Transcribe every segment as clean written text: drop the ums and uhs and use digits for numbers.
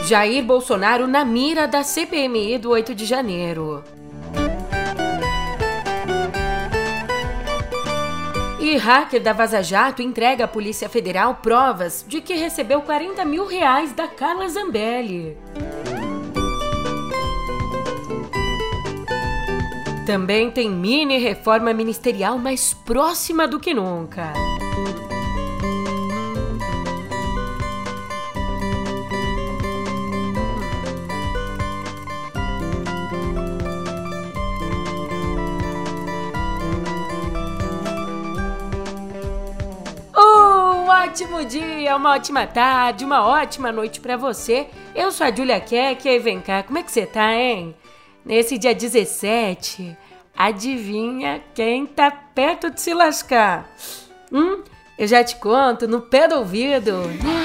Jair Bolsonaro na mira da CPMI do 8 de janeiro. E hacker da Vaza Jato entrega à Polícia Federal provas de que recebeu R$40 mil da Carla Zambelli. Também tem mini reforma ministerial mais próxima do que nunca. Ótimo dia, uma ótima tarde, uma ótima noite pra você. Eu sou a Julia Keck e vem cá, como é que você tá, hein? Nesse dia 17, adivinha quem tá perto de se lascar? Eu já te conto no pé do ouvido.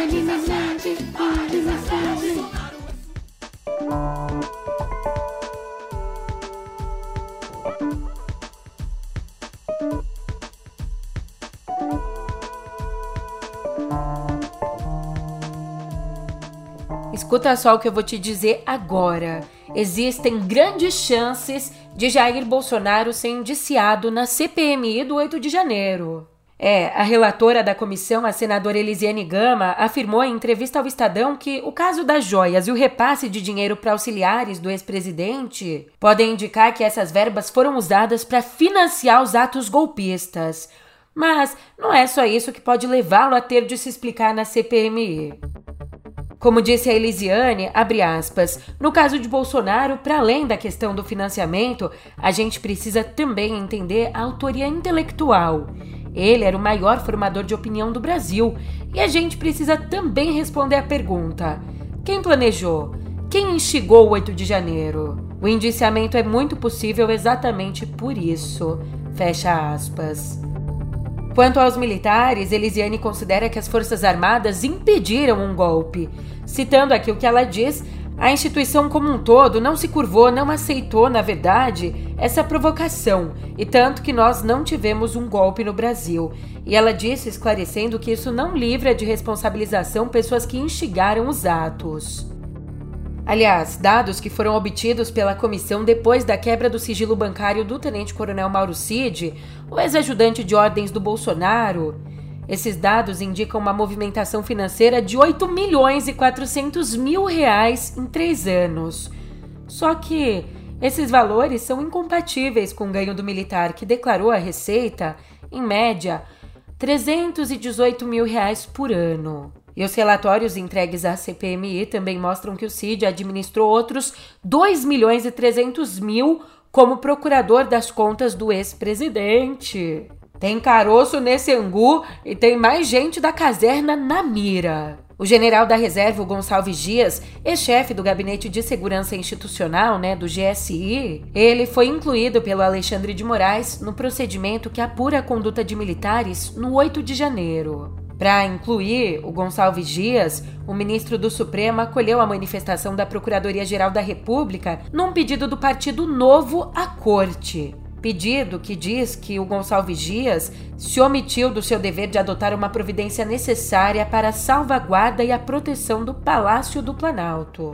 Escuta só o que eu vou te dizer agora. Existem grandes chances de Jair Bolsonaro ser indiciado na CPMI do 8 de janeiro. A relatora da comissão, a senadora Elisiane Gama, afirmou em entrevista ao Estadão que o caso das joias e o repasse de dinheiro para auxiliares do ex-presidente podem indicar que essas verbas foram usadas para financiar os atos golpistas. Mas não é só isso que pode levá-lo a ter de se explicar na CPMI. Como disse a Elisiane, abre aspas, no caso de Bolsonaro, para além da questão do financiamento, a gente precisa também entender a autoria intelectual. Ele era o maior formador de opinião do Brasil e a gente precisa também responder a pergunta: quem planejou? Quem instigou o 8 de janeiro? O indiciamento é muito possível exatamente por isso. Fecha aspas. Quanto aos militares, Elisiane considera que as Forças Armadas impediram um golpe. Citando aqui o que ela diz, a instituição como um todo não se curvou, não aceitou, na verdade, essa provocação, e tanto que nós não tivemos um golpe no Brasil. E ela disse, esclarecendo que isso não livra de responsabilização pessoas que instigaram os atos. Aliás, dados que foram obtidos pela comissão depois da quebra do sigilo bancário do tenente-coronel Mauro Cid, o ex-ajudante de ordens do Bolsonaro, esses dados indicam uma movimentação financeira de R$8.400.000 em 3 anos. Só que esses valores são incompatíveis com o ganho do militar, que declarou à Receita, em média, R$318 mil por ano. E os relatórios entregues à CPMI também mostram que o Cid administrou outros R$2.300.000 como procurador das contas do ex-presidente. Tem caroço nesse angu e tem mais gente da caserna na mira. O general da reserva, o Gonçalves Dias, ex-chefe do Gabinete de Segurança Institucional, do GSI, ele foi incluído pelo Alexandre de Moraes no procedimento que apura a conduta de militares no 8 de janeiro. Para incluir o Gonçalves Dias, o ministro do Supremo acolheu a manifestação da Procuradoria-Geral da República num pedido do Partido Novo à Corte. Pedido que diz que o Gonçalves Dias se omitiu do seu dever de adotar uma providência necessária para a salvaguarda e a proteção do Palácio do Planalto.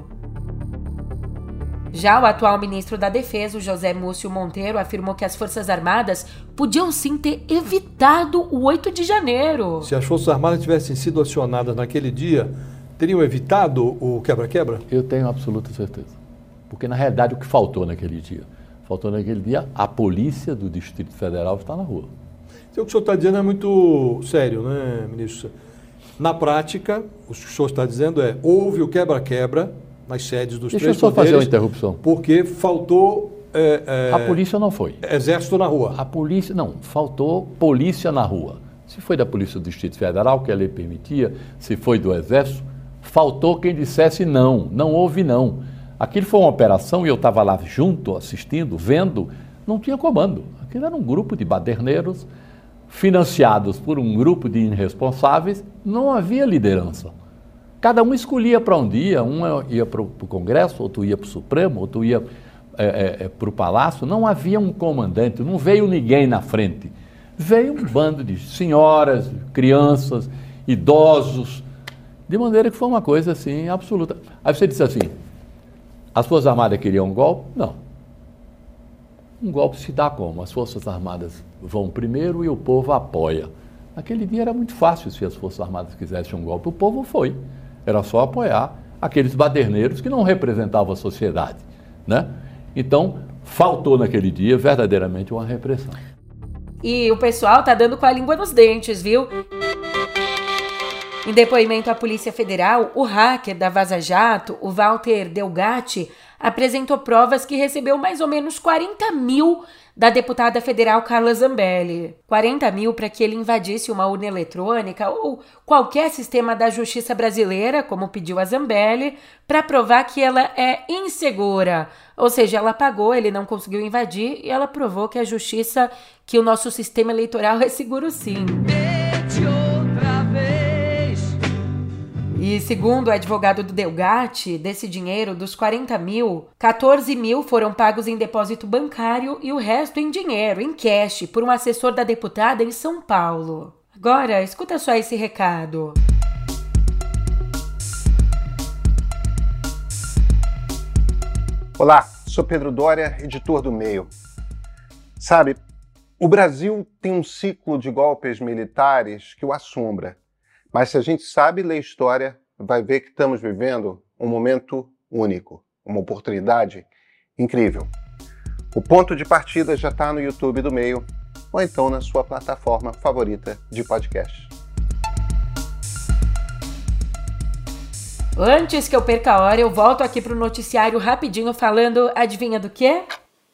Já o atual ministro da Defesa, o José Múcio Monteiro, afirmou que as Forças Armadas podiam sim ter evitado o 8 de janeiro. Se as Forças Armadas tivessem sido acionadas naquele dia, teriam evitado o quebra-quebra? Eu tenho absoluta certeza. Porque, na realidade, o que faltou naquele dia? Faltou naquele dia a polícia do Distrito Federal estar na rua. Então, o que o senhor está dizendo é muito sério, né, ministro? Na prática, o que o senhor está dizendo houve o quebra-quebra nas sedes dos três poderes. Deixa eu só fazer uma interrupção. Porque faltou... a polícia não foi. Exército na rua. A polícia, não, faltou polícia na rua. Se foi da Polícia do Distrito Federal, que a lei permitia, se foi do Exército, faltou quem dissesse não, não houve não. Aquilo foi uma operação e eu estava lá junto, assistindo, vendo, não tinha comando. Aquilo era um grupo de baderneiros financiados por um grupo de irresponsáveis, não havia liderança. Cada um escolhia para um dia, um ia para o Congresso, outro ia para o Supremo, outro ia para o Palácio. Não havia um comandante, não veio ninguém na frente. Veio um bando de senhoras, crianças, idosos, De maneira que foi uma coisa assim absoluta. Aí você disse assim, as Forças Armadas queriam um golpe? Não. Um golpe se dá como? As Forças Armadas vão primeiro e o povo apoia. Naquele dia era muito fácil se as Forças Armadas quisessem um golpe. O povo foi. Era só apoiar aqueles baderneiros que não representavam a sociedade, né? Então, faltou naquele dia verdadeiramente uma repressão. E o pessoal tá dando com a língua nos dentes, viu? Em depoimento à Polícia Federal, o hacker da Vaza Jato, o Walter Delgatti, apresentou provas que recebeu mais ou menos 40 mil da deputada federal Carla Zambelli. 40 mil para que ele invadisse uma urna eletrônica ou qualquer sistema da justiça brasileira, como pediu a Zambelli, para provar que ela é insegura. Ou seja, ela pagou, ele não conseguiu invadir e ela provou que a justiça, que o nosso sistema eleitoral é seguro sim. E segundo o advogado do Delgatti, desse dinheiro, dos 40 mil, 14 mil foram pagos em depósito bancário e o resto em dinheiro, em cash, por um assessor da deputada em São Paulo. Agora, escuta só esse recado. Olá, sou Pedro Doria, editor do Meio. Sabe, o Brasil tem um ciclo de golpes militares que o assombra. Mas se a gente sabe ler história, vai ver que estamos vivendo um momento único, uma oportunidade incrível. O ponto de partida já está no YouTube do Meio, ou então na sua plataforma favorita de podcast. Antes que eu perca a hora, eu volto aqui pro noticiário rapidinho falando, adivinha do quê?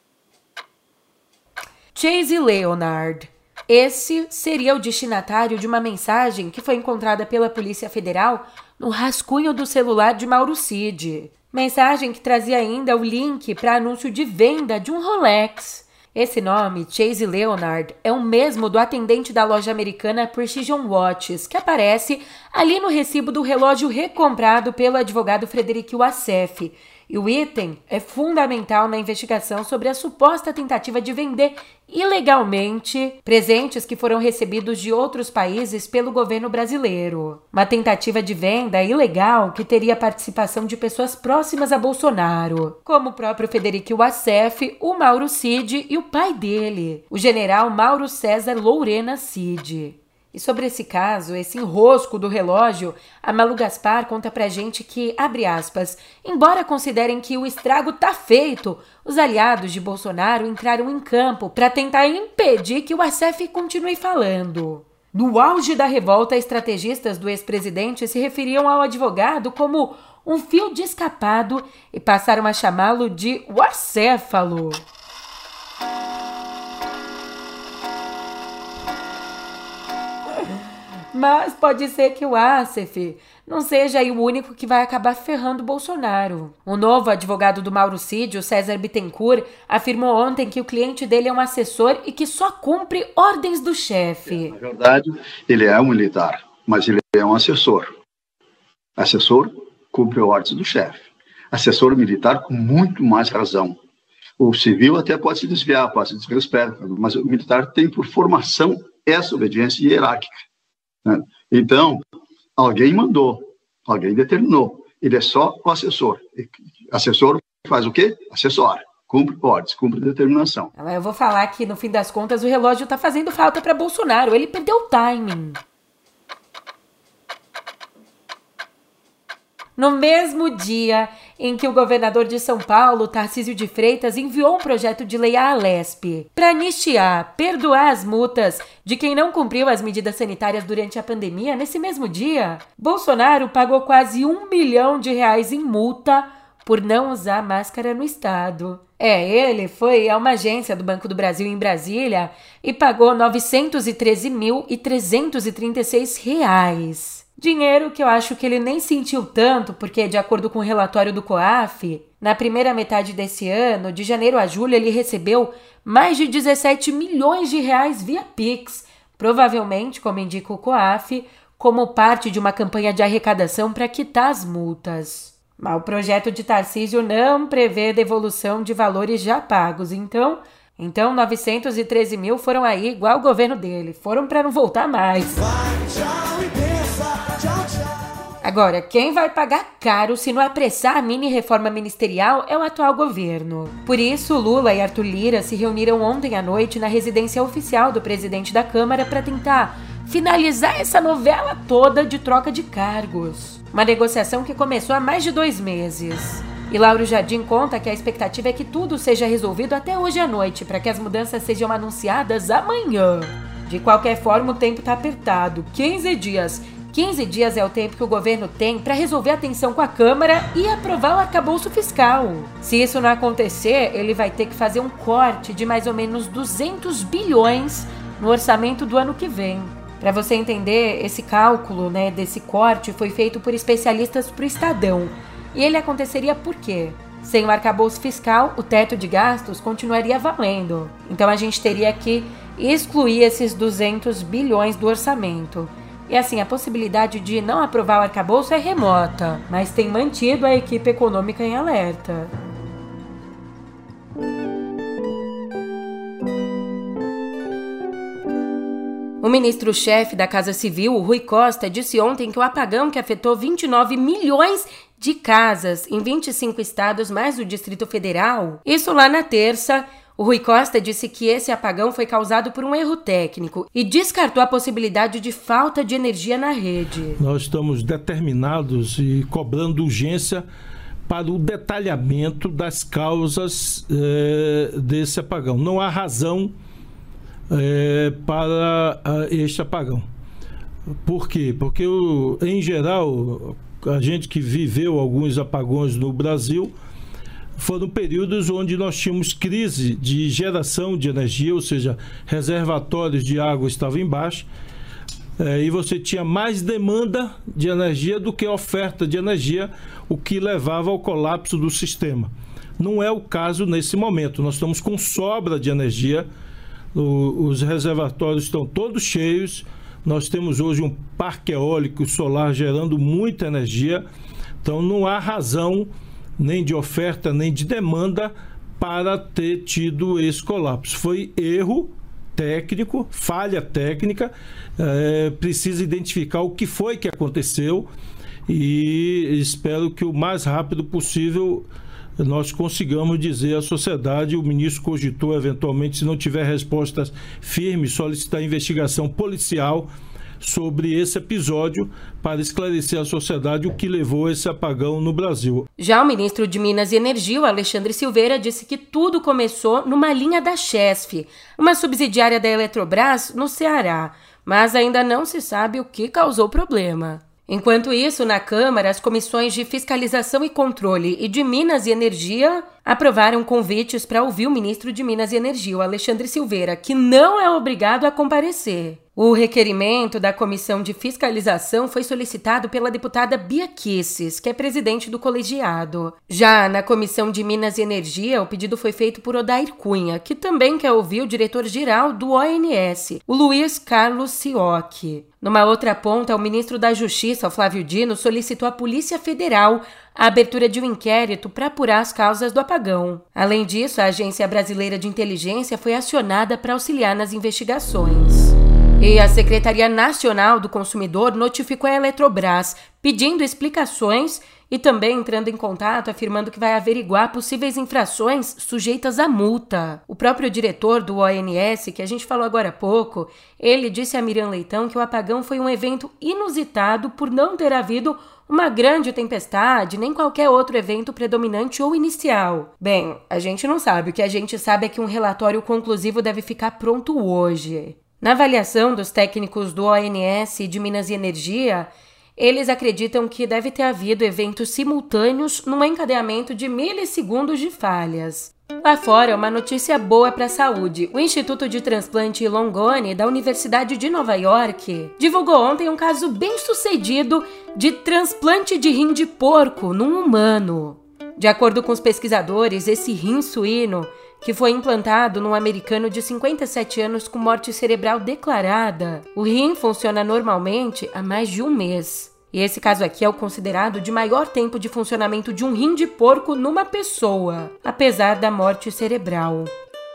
Chase Leonard. Esse seria o destinatário de uma mensagem que foi encontrada pela Polícia Federal no rascunho do celular de Mauro Cid. Mensagem que trazia ainda o link para anúncio de venda de um Rolex. Esse nome, Chase Leonard, é o mesmo do atendente da loja americana Precision Watches, que aparece ali no recibo do relógio recomprado pelo advogado Frederic Wassef. E o item é fundamental na investigação sobre a suposta tentativa de vender ilegalmente presentes que foram recebidos de outros países pelo governo brasileiro. Uma tentativa de venda ilegal que teria participação de pessoas próximas a Bolsonaro, como o próprio Frederic Wassef, o Mauro Cid e o pai dele, o general Mauro César Lourena Cid. E sobre esse caso, esse enrosco do relógio, a Malu Gaspar conta pra gente que, abre aspas, embora considerem que o estrago tá feito, os aliados de Bolsonaro entraram em campo para tentar impedir que o Wassef continue falando. No auge da revolta, estrategistas do ex-presidente se referiam ao advogado como um fio de escapado e passaram a chamá-lo de Wassefalo. Mas pode ser que o Wassef não seja aí o único que vai acabar ferrando Bolsonaro. O novo advogado do Mauro Cid, o César Bittencourt, afirmou ontem que o cliente dele é um assessor e que só cumpre ordens do chefe. Na verdade, ele é um militar, mas ele é um assessor. Assessor cumpre ordens do chefe. Assessor militar com muito mais razão. O civil até pode se desviar, pode se desrespeitar, mas o militar tem por formação essa obediência hierárquica. Então, alguém mandou, alguém determinou. Ele é só o assessor. Assessor faz o quê? Assessora. Cumpre ordens, cumpre determinação. Eu vou falar que, no fim das contas, o relógio tá fazendo falta para Bolsonaro. Ele perdeu o timing. No mesmo dia em que o governador de São Paulo, Tarcísio de Freitas, enviou um projeto de lei à Alesp para anistiar, perdoar as multas de quem não cumpriu as medidas sanitárias durante a pandemia, nesse mesmo dia, Bolsonaro pagou quase R$1 milhão em multa por não usar máscara no estado. Ele foi a uma agência do Banco do Brasil em Brasília e pagou R$ 913.336. Dinheiro que eu acho que ele nem sentiu tanto, porque, de acordo com o relatório do COAF, na primeira metade desse ano, de janeiro a julho, ele recebeu mais de R$17 milhões via Pix, provavelmente, como indica o COAF, como parte de uma campanha de arrecadação para quitar as multas. Mas o projeto de Tarcísio não prevê devolução de valores já pagos, então 913 mil foram aí igual o governo dele, foram para não voltar mais. Vai, tchau e pensa, tchau, tchau. Agora, quem vai pagar caro se não apressar a mini-reforma ministerial é o atual governo. Por isso, Lula e Arthur Lira se reuniram ontem à noite na residência oficial do presidente da Câmara para tentar finalizar essa novela toda de troca de cargos. Uma negociação que começou há mais de 2 meses. E Lauro Jardim conta que a expectativa é que tudo seja resolvido até hoje à noite, para que as mudanças sejam anunciadas amanhã. De qualquer forma, o tempo está apertado. 15 dias. 15 dias é o tempo que o governo tem para resolver a tensão com a Câmara e aprovar o arcabouço fiscal. Se isso não acontecer, ele vai ter que fazer um corte de mais ou menos 200 bilhões no orçamento do ano que vem. Para você entender, esse cálculo, desse corte foi feito por especialistas para o Estadão. E ele aconteceria por quê? Sem o arcabouço fiscal, o teto de gastos continuaria valendo. Então a gente teria que excluir esses 200 bilhões do orçamento. E assim, a possibilidade de não aprovar o arcabouço é remota, mas tem mantido a equipe econômica em alerta. O ministro-chefe da Casa Civil, Rui Costa, disse ontem que o apagão que afetou 29 milhões de casas em 25 estados, mais o Distrito Federal, isso lá na terça, o Rui Costa disse que esse apagão foi causado por um erro técnico e descartou a possibilidade de falta de energia na rede. Nós estamos determinados e cobrando urgência para o detalhamento das causas desse apagão. Não há razão para este apagão. Por quê? Porque, em geral, a gente que viveu alguns apagões no Brasil, foram períodos onde nós tínhamos crise de geração de energia, ou seja, reservatórios de água estavam embaixo, e você tinha mais demanda de energia do que oferta de energia, o que levava ao colapso do sistema. Não é o caso nesse momento. Nós estamos com sobra de energia, os reservatórios estão todos cheios, nós temos hoje um parque eólico solar gerando muita energia, então não há razão nem de oferta, nem de demanda para ter tido esse colapso. Foi erro técnico, falha técnica, precisa identificar o que foi que aconteceu e espero que o mais rápido possível nós consigamos dizer à sociedade. O ministro cogitou, eventualmente, se não tiver respostas firmes, solicitar investigação policial sobre esse episódio para esclarecer à sociedade o que levou a esse apagão no Brasil. Já o ministro de Minas e Energia, o Alexandre Silveira, disse que tudo começou numa linha da Chesf, uma subsidiária da Eletrobras, no Ceará, mas ainda não se sabe o que causou o problema. Enquanto isso, na Câmara, as comissões de Fiscalização e Controle e de Minas e Energia aprovaram convites para ouvir o ministro de Minas e Energia, o Alexandre Silveira, que não é obrigado a comparecer. O requerimento da Comissão de Fiscalização foi solicitado pela deputada Bia Kicis, que é presidente do colegiado. Já na Comissão de Minas e Energia, o pedido foi feito por Odair Cunha, que também quer ouvir o diretor-geral do ONS, o Luiz Carlos Siocchi. Numa outra ponta, o ministro da Justiça, o Flávio Dino, solicitou à Polícia Federal a abertura de um inquérito para apurar as causas do apagão. Além disso, a Agência Brasileira de Inteligência foi acionada para auxiliar nas investigações. E a Secretaria Nacional do Consumidor notificou a Eletrobras, pedindo explicações e também entrando em contato, afirmando que vai averiguar possíveis infrações sujeitas a multa. O próprio diretor do ONS, que a gente falou agora há pouco, ele disse a Miriam Leitão que o apagão foi um evento inusitado por não ter havido uma grande tempestade, nem qualquer outro evento predominante ou inicial. Bem, a gente não sabe. O que a gente sabe é que um relatório conclusivo deve ficar pronto hoje. Na avaliação dos técnicos do ONS e de Minas e Energia, eles acreditam que deve ter havido eventos simultâneos num encadeamento de milissegundos de falhas. Lá fora, uma notícia boa para a saúde. O Instituto de Transplante Longone, da Universidade de Nova York, divulgou ontem um caso bem-sucedido de transplante de rim de porco num humano. De acordo com os pesquisadores, esse rim suíno, que foi implantado num americano de 57 anos com morte cerebral declarada, o rim funciona normalmente há mais de um mês. E esse caso aqui é o considerado de maior tempo de funcionamento de um rim de porco numa pessoa, apesar da morte cerebral.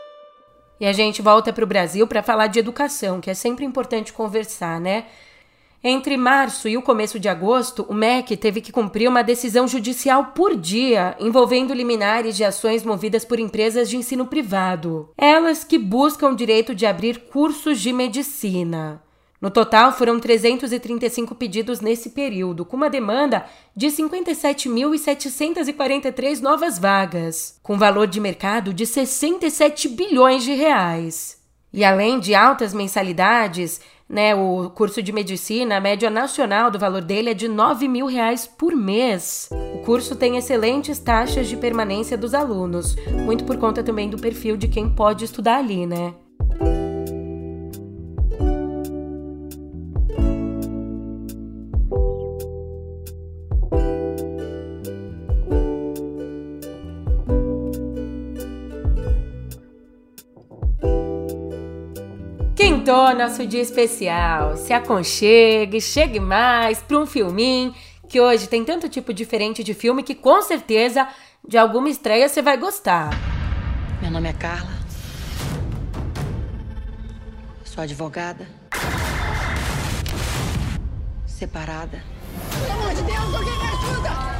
E a gente volta para o Brasil para falar de educação, que é sempre importante conversar, né? Entre março e o começo de agosto, o MEC teve que cumprir uma decisão judicial por dia, envolvendo liminares de ações movidas por empresas de ensino privado. Elas que buscam o direito de abrir cursos de medicina. No total, foram 335 pedidos nesse período, com uma demanda de 57.743 novas vagas, com valor de mercado de 67 bilhões de reais. E além de altas mensalidades, o curso de medicina, a média nacional do valor dele é de R$ 9.000 por mês. O curso tem excelentes taxas de permanência dos alunos, muito por conta também do perfil de quem pode estudar ali, né? Quintou nosso dia especial. Se aconchegue, chegue mais para um filminho, que hoje tem tanto tipo diferente de filme que com certeza de alguma estreia você vai gostar. Meu nome é Carla. Sou advogada. Separada. Pelo amor de Deus, alguém me ajuda!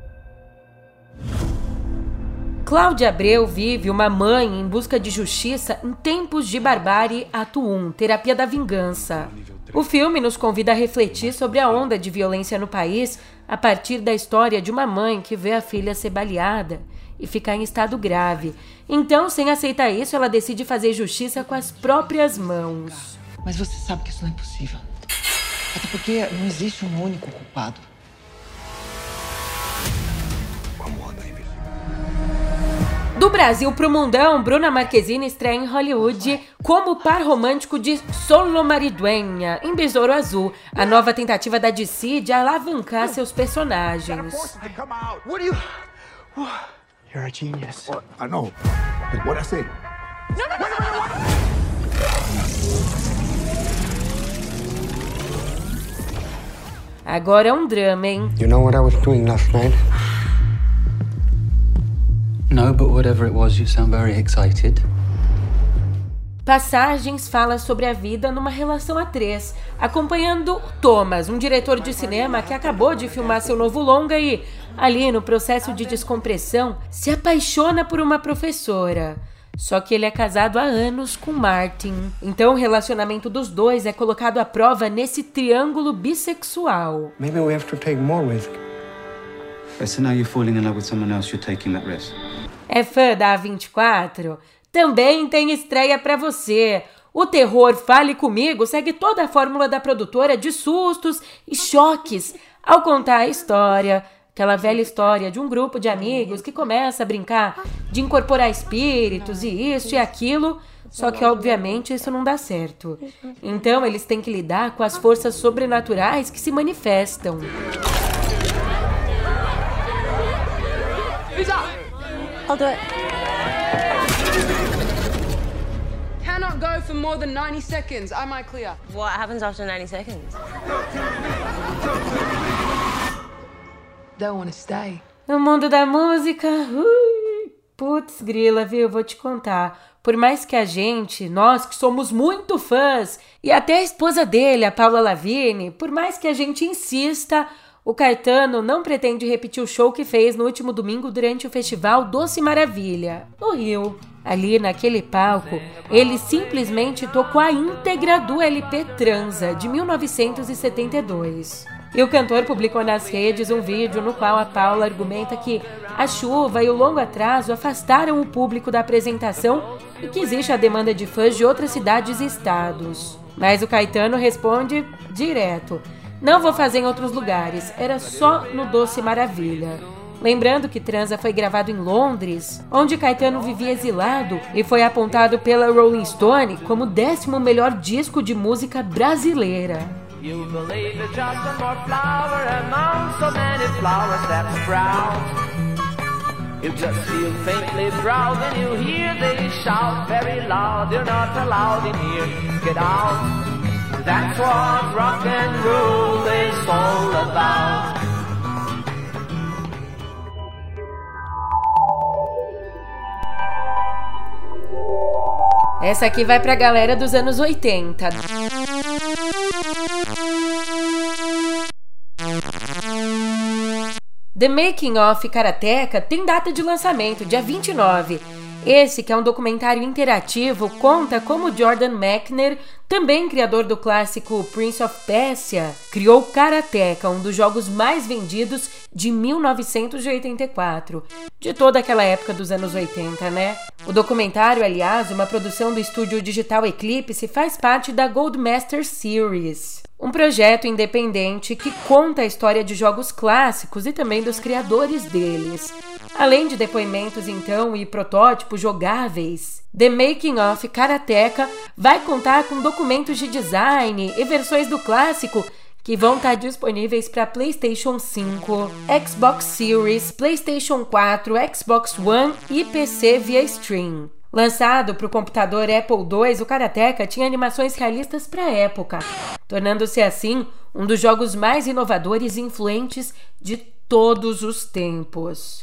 Cláudia Abreu vive uma mãe em busca de justiça em tempos de barbárie, ato 1, terapia da vingança. O filme nos convida a refletir sobre a onda de violência no país a partir da história de uma mãe que vê a filha ser baleada e ficar em estado grave. Então, sem aceitar isso, ela decide fazer justiça com as próprias mãos. Mas você sabe que isso não é possível. Até porque não existe um único culpado. Do Brasil pro mundão, Bruna Marquezine estreia em Hollywood como par romântico de Solo Maridueña, em Besouro Azul, a nova tentativa da DC de alavancar seus personagens. You're a genius. I know. But what I say? No. Agora é um drama, hein? You know what I was doing last night? No, but whatever it was, you sound very excited. Passagens fala sobre a vida numa relação a três, acompanhando Thomas, um diretor de cinema que acabou de filmar seu novo longa e, ali no processo de descompressão, se apaixona por uma professora. Só que ele é casado há anos com Martin. Então o relacionamento dos dois é colocado à prova nesse triângulo bissexual. Maybe we have to take more risk. So now you're falling in love with someone else, you're taking that risk. É fã da A24? Também tem estreia pra você. O terror Fale Comigo segue toda a fórmula da produtora de sustos e choques ao contar a história, aquela velha história de um grupo de amigos que começa a brincar de incorporar espíritos e isso e aquilo, só que obviamente isso não dá certo. Então eles têm que lidar com as forças sobrenaturais que se manifestam. I'll do it. Cannot go for more than 90 seconds. Am I clear? What happens after 90 seconds? Don't want to stay. No mundo da música, putz grila, viu? Vou te contar. Por mais que a gente, nós que somos muito fãs, e até a esposa dele, a Paula Lavigne, por mais que a gente insista, o Caetano não pretende repetir o show que fez no último domingo durante o festival Doce Maravilha, no Rio. Ali naquele palco, ele simplesmente tocou a íntegra do LP Transa, de 1972. E o cantor publicou nas redes um vídeo no qual a Paula argumenta que a chuva e o longo atraso afastaram o público da apresentação e que existe a demanda de fãs de outras cidades e estados. Mas o Caetano responde direto: não vou fazer em outros lugares, era só no Doce Maravilha. Lembrando que Transa foi gravado em Londres, onde Caetano vivia exilado e foi apontado pela Rolling Stone como o 10º melhor disco de música brasileira. You believe it's just one more flower among so many flowers that sprout. You just feel faintly proud when you hear they shout very loud. You're not allowed in here, get out. That's what rock and roll is all about. Essa aqui vai pra galera dos anos 80. The Making of Karateka tem data de lançamento, dia 29. Esse, que é um documentário interativo, conta como Jordan Mechner, também criador do clássico Prince of Persia, criou Karateka, um dos jogos mais vendidos de 1984, de toda aquela época dos anos 80, né? O documentário, aliás, uma produção do estúdio digital Eclipse, faz parte da Gold Master Series, um projeto independente que conta a história de jogos clássicos e também dos criadores deles. Além de depoimentos, então, e protótipos jogáveis, The Making of Karateka vai contar com documentos de design e versões do clássico que vão estar disponíveis para PlayStation 5, Xbox Series, PlayStation 4, Xbox One e PC via stream. Lançado para o computador Apple II, o Karateka tinha animações realistas para a época, tornando-se assim um dos jogos mais inovadores e influentes de todos os tempos.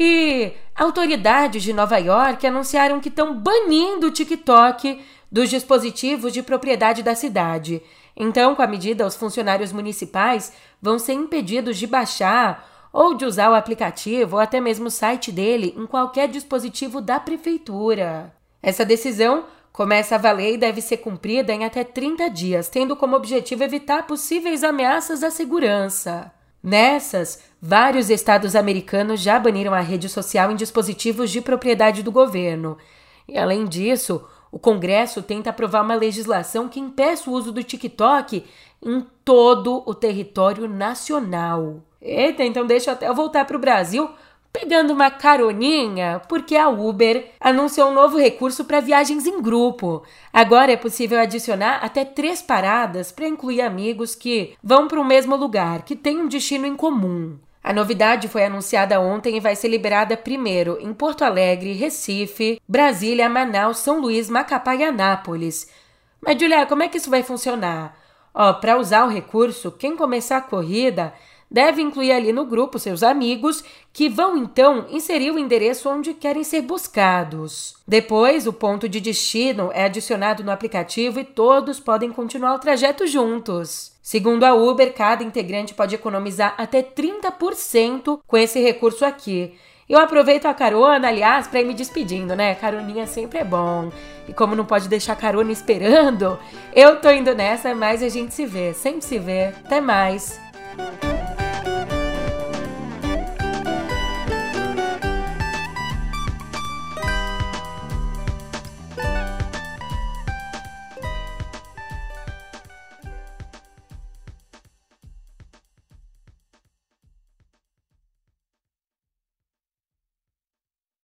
E autoridades de Nova York anunciaram que estão banindo o TikTok dos dispositivos de propriedade da cidade. Então, com a medida, os funcionários municipais vão ser impedidos de baixar ou de usar o aplicativo ou até mesmo o site dele em qualquer dispositivo da prefeitura. Essa decisão começa a valer e deve ser cumprida em até 30 dias, tendo como objetivo evitar possíveis ameaças à segurança. Nessas, vários estados americanos já baniram a rede social em dispositivos de propriedade do governo. E, além disso, o Congresso tenta aprovar uma legislação que impeça o uso do TikTok em todo o território nacional. Eita, então deixa até eu voltar para o Brasil pegando uma caroninha, porque a Uber anunciou um novo recurso para viagens em grupo. Agora é possível adicionar até 3 paradas para incluir amigos que vão para o mesmo lugar, que têm um destino em comum. A novidade foi anunciada ontem e vai ser liberada primeiro em Porto Alegre, Recife, Brasília, Manaus, São Luís, Macapá e Anápolis. Mas, Julia, como é que isso vai funcionar? Para usar o recurso, quem começar a corrida deve incluir ali no grupo seus amigos, que vão então inserir o endereço onde querem ser buscados. Depois, o ponto de destino é adicionado no aplicativo e todos podem continuar o trajeto juntos. Segundo a Uber, cada integrante pode economizar até 30% com esse recurso aqui. Eu aproveito a carona, aliás, para ir me despedindo, né? Caroninha sempre é bom. E como não pode deixar a carona esperando, eu tô indo nessa, mas a gente se vê. Sempre se vê. Até mais.